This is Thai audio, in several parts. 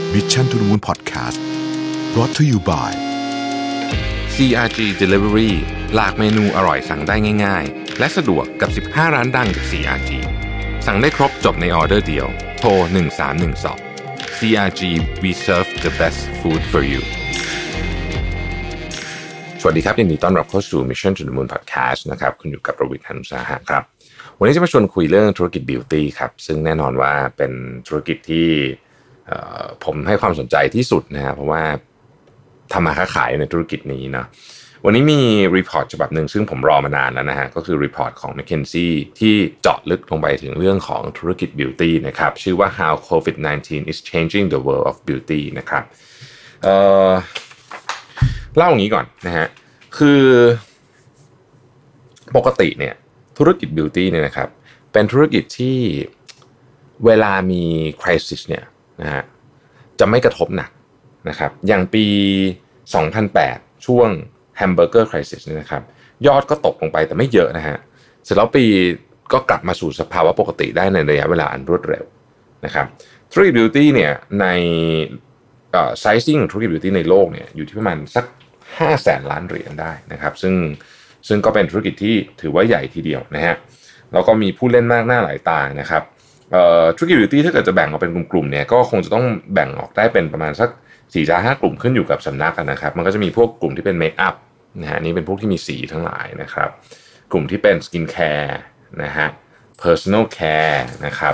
Mission to the Moon Podcast brought to you by CRG Delivery หลากเมนูอร่อยสั่งได้ง่ายๆและสะดวกกับ15ร้านดังจาก CRG สั่งได้ครบจบในออเดอร์เดียวโทร1312 CRG We serve the best food for you สวัสดีครับยินดีต้อนรับเข้าสู่ Mission to the Moon Podcast นะครับคุณอยู่กับประวิทย์ หนุสาหะครับวันนี้จะมาชวนคุยเรื่องธุรกิจบิวตี้ครับซึ่งแน่นอนว่าเป็นธุรกิจที่ผมให้ความสนใจที่สุดนะครับเพราะว่าทำมาค้าขายในธุรกิจนี้นะวันนี้มีรีพอร์ตฉบับหนึ่งซึ่งผมรอมานานแล้วนะฮะก็คือรีพอร์ตของ McKinsey ที่เจาะลึกลงไปถึงเรื่องของธุรกิจบิวตี้นะครับชื่อว่า How COVID-19 is changing the world of beauty นะครับเล่าอย่างนี้ก่อนนะฮะคือปกติเนี่ยธุรกิจบิวตี้เนี่ยนะครับเป็นธุรกิจที่เวลามีคริสิสเนี่ยนะฮะจะไม่กระทบหนักนะครับอย่างปี 2008 ช่วงแฮมเบอร์เกอร์คริสิสเนี่ยนะครับยอดก็ตกลงไปแต่ไม่เยอะนะฮะเสร็จแล้วปีก็กลับมาสู่สภาวะปกติได้ในระยะเวลาอันรวดเร็วนะครับธุรกิจบิวตี้เนี่ยในไซซิ่งของธุรกิจบิวตี้ในโลกเนี่ยอยู่ที่ประมาณสัก 500,000 ล้านเหรียญได้นะครับซึ่งก็เป็นธุรกิจที่ถือว่าใหญ่ทีเดียวนะฮะแล้วก็มีผู้เล่นมากหน้าหลายตานะครับธุรกิจบิวตี้ถ้าเกิดจะแบ่งออกเป็นกลุ่มๆเนี่ยก็คงจะต้องแบ่งออกได้เป็นประมาณสัก 4-5 กลุ่มขึ้นอยู่กับสำนักนะครับมันก็จะมีพวกกลุ่มที่เป็นเมคอัพนะฮะนี่เป็นพวกที่มีสีทั้งหลายนะครับกลุ่มที่เป็นสกินแคร์นะฮะ personal care นะครับ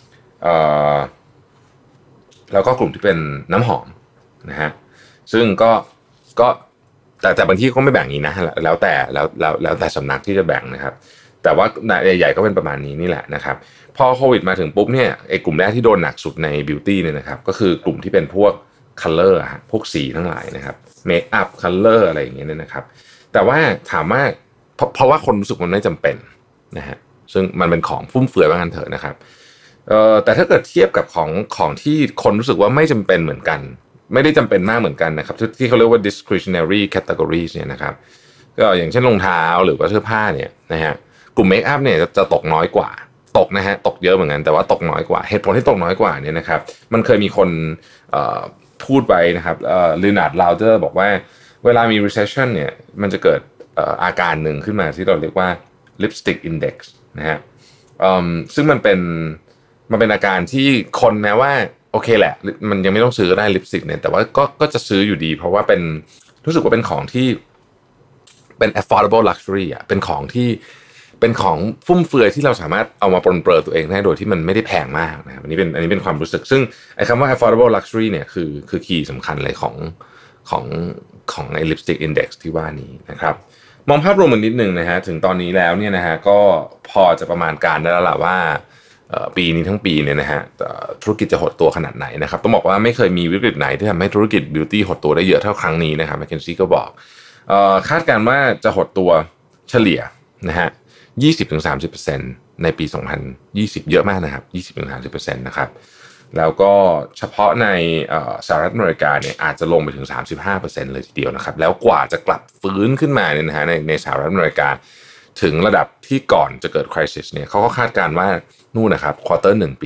แล้วก็กลุ่มที่เป็นน้ำหอมนะฮะซึ่งก็แต่บางที่ก็ไม่แบ่งนี้นะแล้วแต่สำนักที่จะแบ่งนะครับแต่ว่าใหญ่ๆก็เป็นประมาณนี้นี่แหละนะครับพอโควิดมาถึงปุ๊บเนี่ยไอ้กลุ่มแรกที่โดนหนักสุดในบิวตี้เนี่ยนะครับก็คือกลุ่มที่เป็นพวกcolor พวกสีทั้งหลายนะครับเมคอัพ color อะไรอย่างเงี้ยนะครับแต่ว่าถามว่าเพราะว่าคนรู้สึกมันไม่จำเป็นนะฮะซึ่งมันเป็นของฟุ่มเฟือยว่างั้นเถอะนะครับแต่ถ้าเกิดเทียบกับของที่คนรู้สึกว่าไม่จำเป็นเหมือนกันไม่ได้จำเป็นมากเหมือนกันนะครับที่เขาเรียกว่า discretionary categories เนี่ยนะครับก็อย่างเช่นรองเท้าหรือว่าเสื้อผ้าเนี่ยนะฮะกลุ่มเมคอัพเนี่ยจะตกน้อยกว่าตกนะฮะตกเยอะเหมือนกันแต่ว่าตกน้อยกว่าเหตุผลที่ตกน้อยกว่าเนี่ยนะครับมันเคยมีคนพูดไปนะครับลีนาร์ด ลาวเดอร์บอกว่าเวลามี recession เนี่ยมันจะเกิดอาการหนึ่งขึ้นมาที่เราเรียกว่า lipstick index นะฮะซึ่งมันเป็นอาการที่คนแม้ว่าโอเคแหละมันยังไม่ต้องซื้อก็ได้ลิปสติกเนี่ยแต่ว่าก็จะซื้ออยู่ดีเพราะว่าเป็นรู้สึกว่าเป็นของที่เป็น affordable luxury อ่ะเป็นของฟุ่มเฟือยที่เราสามารถเอามาปรนเปรอตัวเองได้โดยที่มันไม่ได้แพงมากนะครับอันนี้เป็นความรู้สึกซึ่งไอ้คำว่า affordable luxury เนี่ยคือคีย์สำคัญเลยของไอ้ lipstick index ที่ว่านี้นะครับมองภาพรวมนิดนึงนะฮะถึงตอนนี้แล้วเนี่ยนะฮะก็พอจะประมาณการได้แล้วล่ะว่าปีนี้ทั้งปีเนี่ยนะฮะธุรกิจจะหดตัวขนาดไหนนะครับต้องบอกว่าไม่เคยมีวิกฤตไหนที่ทำให้ธุรกิจบิวตี้หดตัวได้เยอะเท่าครั้งนี้นะครับ McKinsey ก็บอกคาดการณ์ว่าจะหดตัวเฉลี่ยนะฮะ 20-30% ในปี 2020 เยอะมากนะครับ 20-30% นะครับแล้วก็เฉพาะในสหรัฐอเมริกาเนี่ยอาจจะลงไปถึง 35% เลยทีเดียวนะครับแล้วกว่าจะกลับฟื้นขึ้นมาเนี่ยนะฮะในสหรัฐอเมริกาถึงระดับที่ก่อนจะเกิดคริสิสเนี่ยเขาก็คาดการณ์ว่านู่นนะครับควอเตอร์1ปี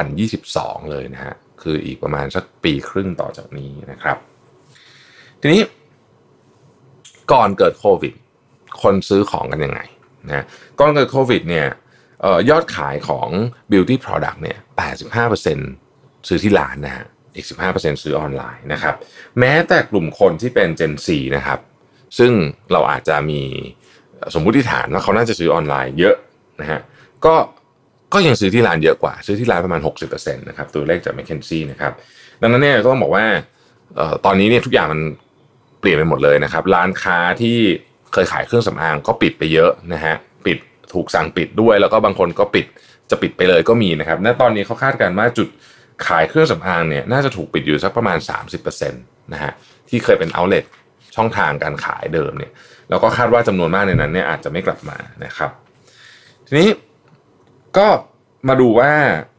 2022 เลยนะฮะคืออีกประมาณสักปีครึ่งต่อจากนี้นะครับทีนี้ก่อนเกิดโควิดคนซื้อของกันยังไงนะก่อนเกิดโควิดเนี่ยยอดขายของ beauty product เนี่ย 85% ซื้อที่ร้านนะฮะอีก 15% ซื้อออนไลน์นะครับแม้แต่กลุ่มคนที่เป็น Gen Z นะครับซึ่งเราอาจจะมีสมมุติฐานว่าเขาน่าจะซื้อออนไลน์เยอะนะฮะก็ยังซื้อที่ร้านเยอะกว่าซื้อที่ร้านประมาณ 60% นะครับตัวเลขจาก McKinsey นะครับดังนั้นเนี่ยก็ต้องบอกว่าตอนนี้เนี่ยทุกอย่างมันเปลี่ยนไปหมดเลยนะครับร้านค้าที่เคยขายเครื่องสำอางก็ปิดไปเยอะนะฮะปิดถูกสั่งปิดด้วยแล้วก็บางคนก็จะปิดไปเลยก็มีนะครับณตอนนี้เขาคาดการณ์ว่าจุดขายเครื่องสำอางเนี่ยน่าจะถูกปิดอยู่สักประมาณ 30% นะฮะที่เคยเป็น outlet ช่องทางการขายเดิมเนี่ยแล้วก็คาดว่าจำนวนมากในนั้นเนี่ยอาจจะไม่กลับมานะครับทีนี้ก็มาดูว่า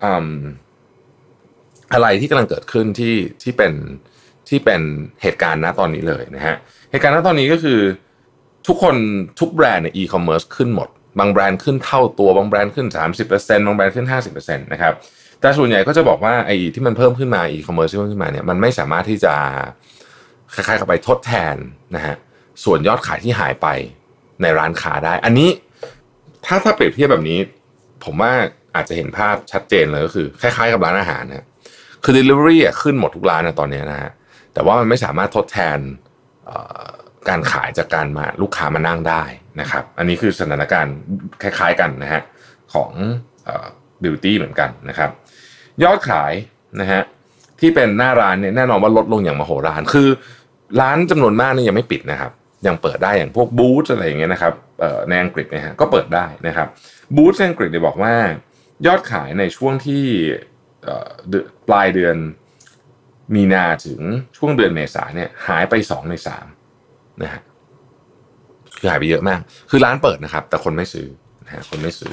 อะไรที่กำลังเกิดขึ้นที่เป็นเหตุการณ์ณตอนนี้เลยนะฮะเหตุการณ์ณตอนนี้ก็คือทุกแบรนด์ในอีคอมเมิร์ซขึ้นหมดบางแบรนด์ขึ้นเท่าตัวบางแบรนด์ขึ้น 30% บางแบรนด์ขึ้น 50% นะครับแต่ส่วนใหญ่ก็จะบอกว่าไอ้ที่มันเพิ่มขึ้นมาอีคอมเมิร์ซที่เพิ่มขึ้นมาเนี่ยมันไม่สามารถที่จะคล้ายๆกับไปทดแทนนะฮะส่วนยอดขายที่หายไปในร้านค้าได้อันนี้ถ้าเปรียบเทียบแบบนี้ผมว่าอาจจะเห็นภาพชัดเจนเลยก็คือคล้ายๆกับร้านอาหารนะคือ delivery ขึ้นหมดทุกร้านนะตอนนี้นะฮะแต่ว่ามันไม่สามารถทดแทนการขายจากการมาลูกค้ามานั่งได้นะครับอันนี้คือสถานการณ์คล้ายๆกันนะฮะของbeauty เหมือนกันนะครับยอดขายนะฮะที่เป็นหน้าร้านเนี่ยแน่นอนว่าลดลงอย่างมโหฬารคือร้านจำนวนมากเนี่ยยังไม่ปิดนะครับยังเปิดได้อย่างพวกบูธอะไรอย่างเงี้ยนะครับในอังกฤษเนี่ยฮะก็เปิดได้นะครับบูธในอังกฤษเนี่ยบอกว่ายอดขายในช่วงที่ปลายเดือนมีนาถึงช่วงเดือนเมษาเนี่ยหายไป2 ใน 3นะฮะคือหายไปเยอะมากคือร้านเปิดนะครับแต่คนไม่ซื้อนะฮะคนไม่ซื้อ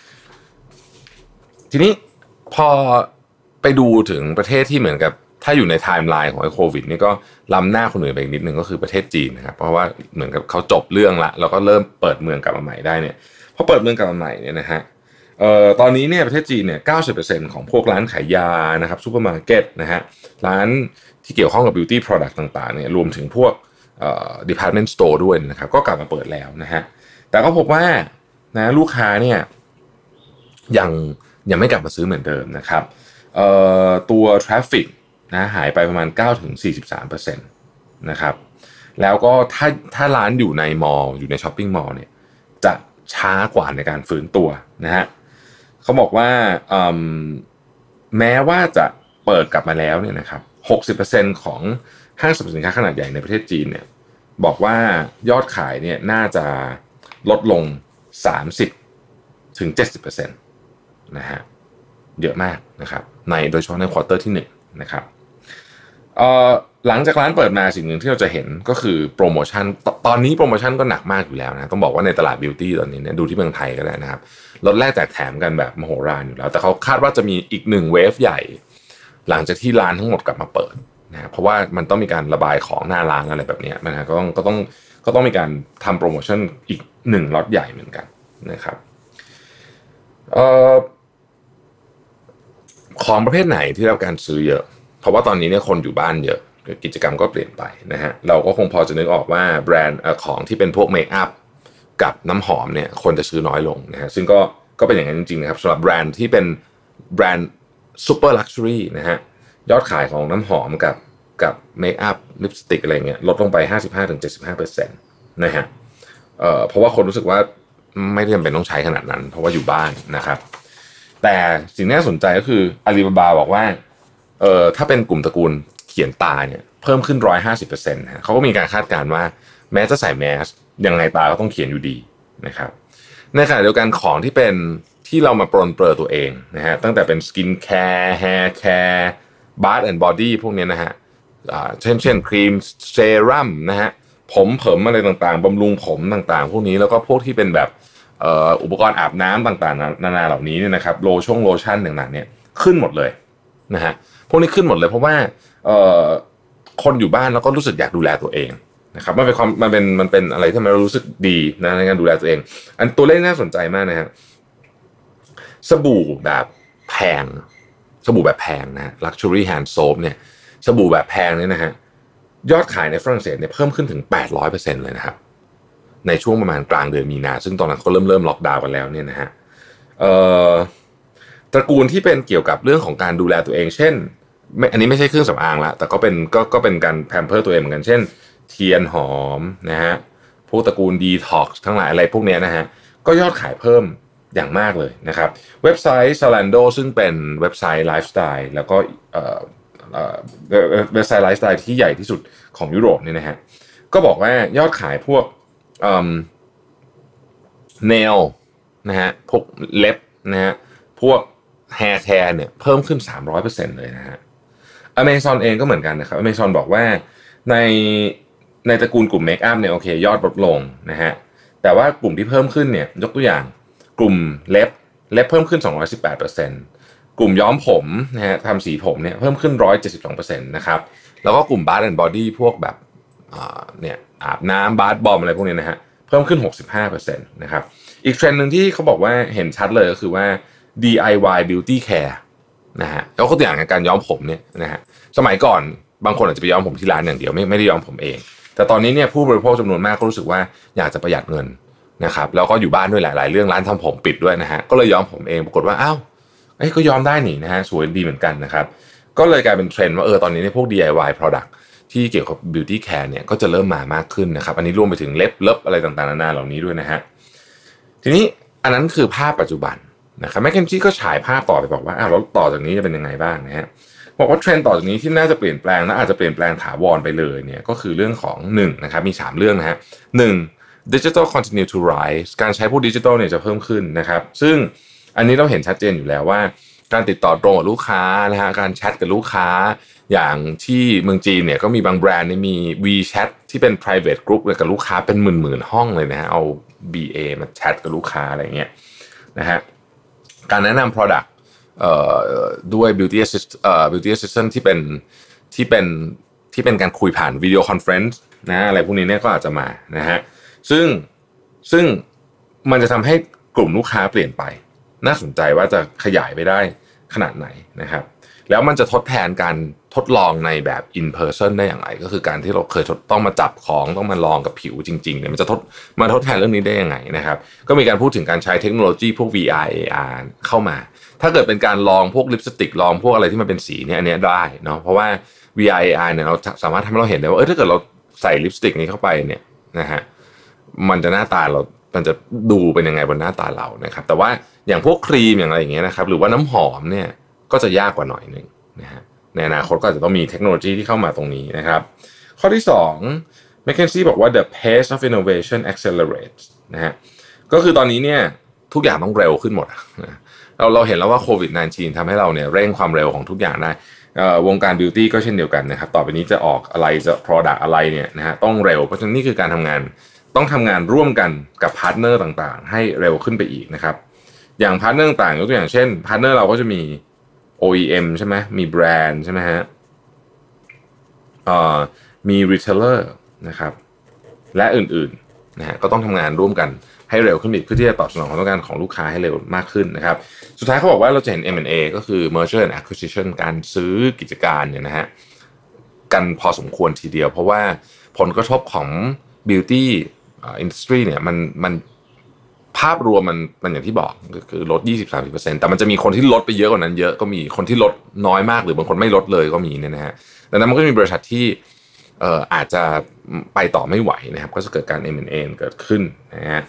ทีนี้พอไปดูถึงประเทศที่เหมือนกับถ้าอยู่ในไทม์ไลน์ของโควิดนี่ก็ล้ำหน้าคนอื่นไปอีกนิดนึงก็คือประเทศจีนนะครับเพราะว่าเหมือนกับเขาจบเรื่องละแล้วก็เริ่มเปิดเมืองกลับมาใหม่ได้เนี่ยพอเปิดเมืองกลับมาใหม่เนี่ยนะฮะตอนนี้เนี่ยประเทศจีนเนี่ย 90% ของพวกร้านขายยานะครับซูเปอร์มาร์เก็ตนะฮะร้านที่เกี่ยวข้องกับ beauty product ต่างๆเนี่ยรวมถึงพวกdepartment store ด้วยนะครับก็กลับมาเปิดแล้วนะฮะแต่ก็พบว่านะลูกค้าเนี่ยยังไม่กลับมาซื้อเหมือนเดิมนะครับตัว traffic นะหายไปประมาณ 9-43% นะครับแล้วก็ถ้าร้านอยู่ในมอลล์อยู่ในช้อปปิ้งมอลล์เนี่ยจะช้ากว่าในการฟื้นตัวนะฮะเขาบอกว่าแม้ว่าจะเปิดกลับมาแล้วเนี่ยนะครับ 60% ของห้างสรรพสินค้าขนาดใหญ่ในประเทศจีนเนี่ยบอกว่ายอดขายเนี่ยน่าจะลดลง 30-70% นะฮะเยอะมากนะครับโดยเฉพาะในควอเตอร์ที่1นะครับหลังจากร้านเปิดมาสิ่งหนึ่งที่เราจะเห็นก็คือโปรโมชั่นตอนนี้โปรโมชั่นก็หนักมากอยู่แล้วนะต้องบอกว่าในตลาดบิวตี้ตอนนี้เนี่ยดูที่เมืองไทยก็ได้นะครับลดแลกแจกแถมกันแบบมโหฬารอยู่แล้วแต่เขาคาดว่าจะมีอีก1เวฟใหญ่หลังจากที่ร้านทั้งหมดกลับมาเปิดนะเพราะว่ามันต้องมีการระบายของหน้าร้านอะไรแบบนี้นะก็ต้องมีการทำโปรโมชั่นอีก1ล็อตใหญ่เหมือนกันนะครับของประเภทไหนที่รับการซื้อเยอะเพราะว่าตอนนี้เนี่ยคนอยู่บ้านเยอะกิจกรรมก็เปลี่ยนไปนะฮะเราก็คงพอจะนึกออกว่าแบรนด์ของที่เป็นพวกเมคอัพกับน้ำหอมเนี่ยคนจะซื้อน้อยลงนะฮะซึ่งก็เป็นอย่างนั้นจริงๆนะครับสำหรับแบรนด์ที่เป็นแบรนด์ซูเปอร์ลักชัวรี่นะฮะยอดขายของน้ำหอมกับเมคอัพลิปสติกอะไรเงี้ยลดลงไป 55-75% นะฮะเพราะว่าคนรู้สึกว่าไม่จำเป็นต้องใช้ขนาดนั้นเพราะว่าอยู่บ้านนะครับแต่สิ่งที่น่าสนใจก็คืออาลีบาบาบอกว่าถ้าเป็นกลุ่มตระกูลเขียนตาเนี่ยเพิ่มขึ้น 150% นะเขาก็มีการคาดการณ์ว่าแม้จะใส่แมสยังไงตาก็ต้องเขียนอยู่ดีนะครับในขณะเดียวกันของที่เป็นที่เรามาปรนเปรอตัวเองนะฮะตั้งแต่เป็นสกินแคร์แฮร์แคร์บาร์แอนด์บอดี้พวกนี้นะฮะเช่นครีมเซรั่มนะฮะผมเผิมอะไรต่างๆบำรุงผมต่างๆพวกนี้แล้วก็พวกที่เป็นแบบอุปกรณ์อาบน้ำต่างๆนานาเหล่านี้เนี่ยนะครับโลชั่นต่างๆเนี่ยขึ้นหมดเลยนะฮะพวกนี้ขึ้นหมดเลยเพราะว่าคนอยู่บ้านแล้วก็รู้สึกอยากดูแลตัวเองนะครับมันเป็นอะไรที่เรารู้สึกดีนะในการดูแลตัวเองอันตัวเลขน่าสนใจมากนะฮะสบู่แบบแพงนะ luxury hand soap เนี่ยสบู่แบบแพงเนี่ยนะฮะยอดขายในฝรั่งเศสเนี่ยเพิ่มขึ้นถึง 800% เลยนะครับในช่วงประมาณกลางเดือนมีนาซึ่งตอนนั้นเขาเริ่มล็อกดาวน์กันแล้วเนี่ยนะฮะตระกูลที่เป็นเกี่ยวกับเรื่องของการดูแลตัวเองเช่นอันนี้ไม่ใช่เครื่องสำอางละแต่ก็เป็นการแพมเพิร์ตัวเองเหมือนกันเช่นเทียนหอมนะฮะพวกตระกูลดีท็อกซ์ทั้งหลายอะไรพวกนี้นะฮะก็ยอดขายเพิ่มอย่างมากเลยนะครับเว็บไซต์ Zalando ซึ่งเป็นเว็บไซต์ไลฟ์สไตล์แล้วก็เว็บไซต์ไลฟ์สไตล์ที่ใหญ่ที่สุดของยุโรปเนี่ยนะฮะก็บอกว่ายอดขายพวกเนลนะฮะพวกเล็บนะฮะพวกแฮร์แคร์เนี่ยเพิ่มขึ้น 300% เลยนะฮะ Amazon เองก็เหมือนกันนะครับ Amazon บอกว่าในตระกูลกลุ่มเมคอัพเนี่ยโอเคยอดลดลงนะฮะแต่ว่ากลุ่มที่เพิ่มขึ้นเนี่ยยกตัวอย่างกลุ่มเล็บเพิ่มขึ้น 218% กลุ่มย้อมผมนะฮะทำสีผมเนี่ยเพิ่มขึ้น 172% นะครับแล้วก็กลุ่มบาร์แอนด์บอดี้พวกแบบเนี่ยอาบน้ำบาร์บอมอะไรพวกนี้นะฮะเพิ่มขึ้น 65% นะครับอีกเทรนด์นึงที่เขาบอกว่าเห็นชัดเลยก็คือว่า DIY beauty care นะฮะแล้วก็ตัวอย่างการย้อมผมเนี่ยนะฮะสมัยก่อนบางคนอาจจะไปย้อมผมที่ร้านอย่างเดียวไม่ได้ย้อมผมเองแต่ตอนนี้เนี่ยผู้บริโภคจำนวนมากก็รู้สึกว่าอยากจะประหยัดเงินนะครับแล้วก็อยู่บ้านด้วยหลายๆเรื่องร้านทำผมปิดด้วยนะฮะก็เลยย้อมผมเองปรากฏว่าอ้าวก็ย้อมได้นี่นะฮะสวยดีเหมือนกันนะครับก็เลยกลายเป็นเทรนด์ว่าตอนนี้เนี่ยพวก DIY product ที่เกี่ยวกับ beauty care เนี่ยก็จะเริ่มมามากขึ้นนะครับอันนี้รวมไปถึงเล็บอะไรต่างๆนานาเหล่านี้ด้วยนะฮะทีนี้อันนั้นคือภาพปัจจุบันนะครับแมคเคนซี่ก็ฉายภาพต่อไปบอกว่าแล้วต่อจากนี้จะเป็นยังไงบ้างนะฮะบอกว่าเทรนด์ต่อจากนี้ที่น่าจะเปลี่ยนแปลงและอาจจะเปลี่ยนแปลงถาวรไปเลยเนี่ยก็คือเรื่องของ1นะครับมี3เรื่องนะฮะ1 digital continue to rise การใช้พวกดิจิทัลเนี่ยจะเพิ่มขึ้นนะครับซึ่งอันนี้เราเห็นชัดเจนอยู่แล้วว่าการติดต่อตรงกับลูกค้านะฮะการแชทกับลูกค้าอย่างที่เมืองจีนเนี่ยก็มีบางแบรนด์เนี่ยมี WeChat ที่เป็น private group กับลูกค้าเป็นหมื่นๆห้องเลยนะฮะเอา BA มาแชทกับลูกค้าอะไรเงี้ยนะฮะการแนะนำ productด้วย beauty assistant ที่เป็นการคุยผ่านวิดีโอคอนเฟรนซ์นะอะไรพวกนี้เนี่ยก็อาจจะมานะฮะซึ่งมันจะทำให้กลุ่มลูกค้าเปลี่ยนไปน่าสนใจว่าจะขยายไปได้ขนาดไหนนะครับแล้วมันจะทดแทนการทดลองในแบบ in person ได้อย่างไรก็คือการที่เราเคยต้องมาจับของต้องมาลองกับผิวจริงๆเนี่ยมันจะมาทดแทนเรื่องนี้ได้ยังไงนะครับก็มีการพูดถึงการใช้เทคโนโลยีพวก VR AR เข้ามาถ้าเกิดเป็นการลองพวกลิปสติกลองพวกอะไรที่มันเป็นสีเนี่ยอันนี้ได้เนาะเพราะว่า VR AR เนี่ยเราสามารถทำให้เราเห็นได้ว่าถ้าเกิดเราใส่ลิปสติกนี้เข้าไปเนี่ยนะฮะมันจะหน้าตามันจะดูเป็นยังไงบนหน้าตาเรานะครับแต่ว่าอย่างพวกครีมอย่างไรอย่างเงี้ยนะครับหรือว่าน้ำหอมเนี่ยก็จะยากกว่าหน่อยนึงนะฮะในอนาคตก็อาจจะต้องมีเทคโนโลยีที่เข้ามาตรงนี้นะครับข้อที่2 McKinsey บอกว่า the pace of innovation accelerates นะฮะก็คือตอนนี้เนี่ยทุกอย่างต้องเร็วขึ้นหมดนะเราเห็นแล้วว่าโควิด -19 ทำให้เราเนี่ยเร่งความเร็วของทุกอย่างได้วงการบิวตี้ก็เช่นเดียวกันนะครับต่อไปนี้จะออกอะไรจะ product อะไรเนี่ยนะฮะต้องเร็วเพราะฉะนั้นนี่คือการทำงานต้องทำงานร่วมกันกับพาร์ทเนอร์ต่างๆให้เร็วขึ้นไปอีกนะครับอย่างพาร์ทเนอร์ต่างๆยกตัวอย่างเช่นพาร์ทเนอร์เราก็จะมี OEM ใช่ไหมมีแบรนด์ใช่ไหมฮะมี retailer นะครับและอื่นๆนะฮะก็ต้องทำงานร่วมกันให้เร็วขึ้นอีกเพื่อที่จะตอบสนองความต้องการของลูกค้าให้เร็วมากขึ้นนะครับสุดท้ายเขาบอกว่าเราจะเห็น M&A ก็คือ merger and acquisition การซื้อกิจการเนี่ยนะฮะกันพอสมควรทีเดียวเพราะว่าผลกระทบของ beauty industry เนี่ยมันภาพรวมมันอย่างที่บอกคือลด 20-30% แต่มันจะมีคนที่ลดไปเยอะกว่านั้นเยอะก็มีคนที่ลดน้อยมากหรือบางคนไม่ลดเลยก็มีเนี่ยนะฮะดังนั้นมันก็จะมีบริษัทที่อาจจะไปต่อไม่ไหวนะครับก็จะเกิดการ M&A เกิดขึ้นนะฮะ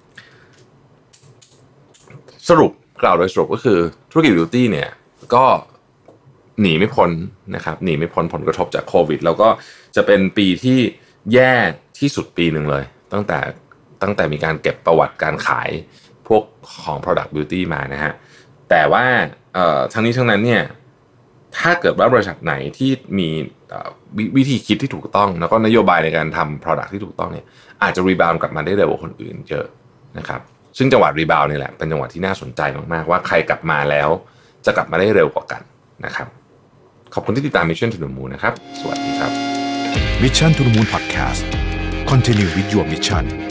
สรุปกล่าวโดยสรุปก็คือธุรกิจบิวตี้เนี่ยก็หนีไม่พ้นนะครับหนีไม่พ้นผลกระทบจากโควิดแล้วก็จะเป็นปีที่แย่ที่สุดปีหนึ่งเลยตั้งแต่มีการเก็บประวัติการขายพวกของ product beauty มานะฮะแต่ว่าทั้งนี้ทั้งนั้นเนี่ยถ้าเกิดว่าบริษัทไหนที่มีวิธีคิดที่ถูกต้องแล้วก็นโยบายในการทำ product ที่ถูกต้องเนี่ยอาจจะรีบาวด์กลับมาได้เร็วกว่าคนอื่นเยอะนะครับซึ่งจังหวะรีบาวด์นี่แหละเป็นจังหวะที่น่าสนใจมากๆว่าใครกลับมาแล้วจะกลับมาได้เร็วกว่ากันนะครับขอบคุณที่ติดตาม Mission to the Moon นะครับสวัสดีครับ Mission to the Moon Podcast Continue with your mission